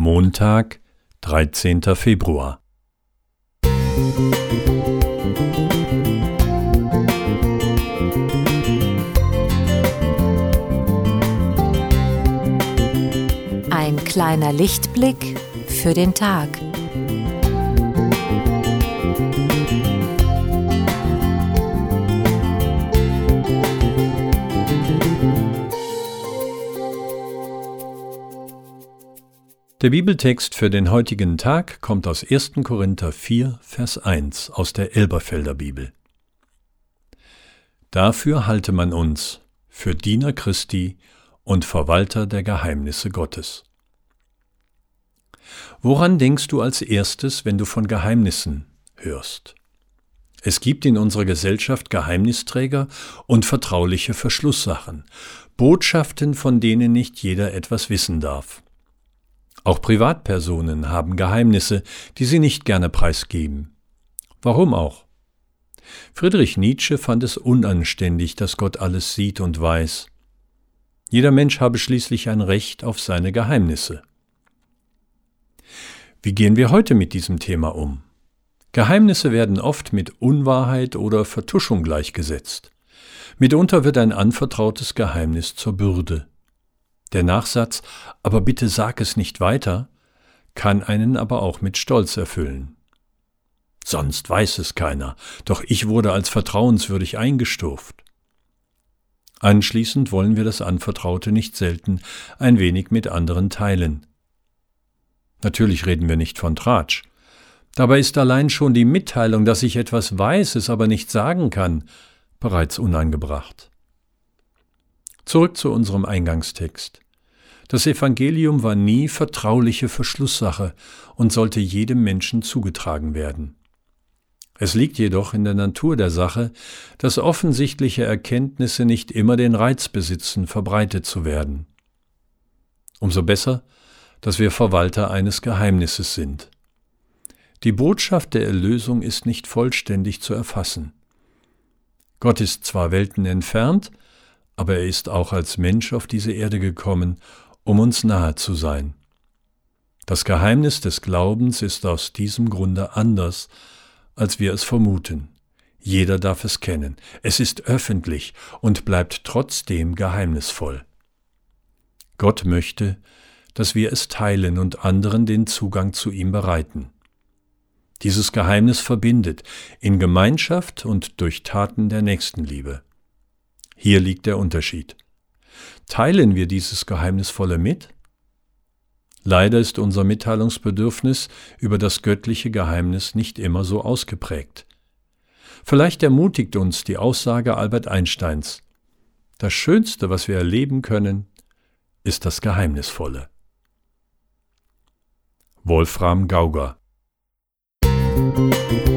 Montag, 13. Februar. Ein kleiner Lichtblick für den Tag. Der Bibeltext für den heutigen Tag kommt aus 1. Korinther 4, Vers 1 aus der Elberfelder Bibel. Dafür halte man uns für Diener Christi und Verwalter der Geheimnisse Gottes. Woran denkst du als erstes, wenn du von Geheimnissen hörst? Es gibt in unserer Gesellschaft Geheimnisträger und vertrauliche Verschlusssachen, Botschaften, von denen nicht jeder etwas wissen darf. Auch Privatpersonen haben Geheimnisse, die sie nicht gerne preisgeben. Warum auch? Friedrich Nietzsche fand es unanständig, dass Gott alles sieht und weiß. Jeder Mensch habe schließlich ein Recht auf seine Geheimnisse. Wie gehen wir heute mit diesem Thema um? Geheimnisse werden oft mit Unwahrheit oder Vertuschung gleichgesetzt. Mitunter wird ein anvertrautes Geheimnis zur Bürde. Der Nachsatz, aber bitte sag es nicht weiter, kann einen aber auch mit Stolz erfüllen. Sonst weiß es keiner, doch ich wurde als vertrauenswürdig eingestuft. Anschließend wollen wir das Anvertraute nicht selten ein wenig mit anderen teilen. Natürlich reden wir nicht von Tratsch. Dabei ist allein schon die Mitteilung, dass ich etwas weiß, es aber nicht sagen kann, bereits unangebracht. Zurück zu unserem Eingangstext. Das Evangelium war nie vertrauliche Verschlusssache und sollte jedem Menschen zugetragen werden. Es liegt jedoch in der Natur der Sache, dass offensichtliche Erkenntnisse nicht immer den Reiz besitzen, verbreitet zu werden. Umso besser, dass wir Verwalter eines Geheimnisses sind. Die Botschaft der Erlösung ist nicht vollständig zu erfassen. Gott ist zwar Welten entfernt, aber er ist auch als Mensch auf diese Erde gekommen, um uns nahe zu sein. Das Geheimnis des Glaubens ist aus diesem Grunde anders, als wir es vermuten. Jeder darf es kennen. Es ist öffentlich und bleibt trotzdem geheimnisvoll. Gott möchte, dass wir es teilen und anderen den Zugang zu ihm bereiten. Dieses Geheimnis verbindet in Gemeinschaft und durch Taten der Nächstenliebe. Hier liegt der Unterschied. Teilen wir dieses Geheimnisvolle mit? Leider ist unser Mitteilungsbedürfnis über das göttliche Geheimnis nicht immer so ausgeprägt. Vielleicht ermutigt uns die Aussage Albert Einsteins: Das Schönste, was wir erleben können, ist das Geheimnisvolle. Wolfram Gauger.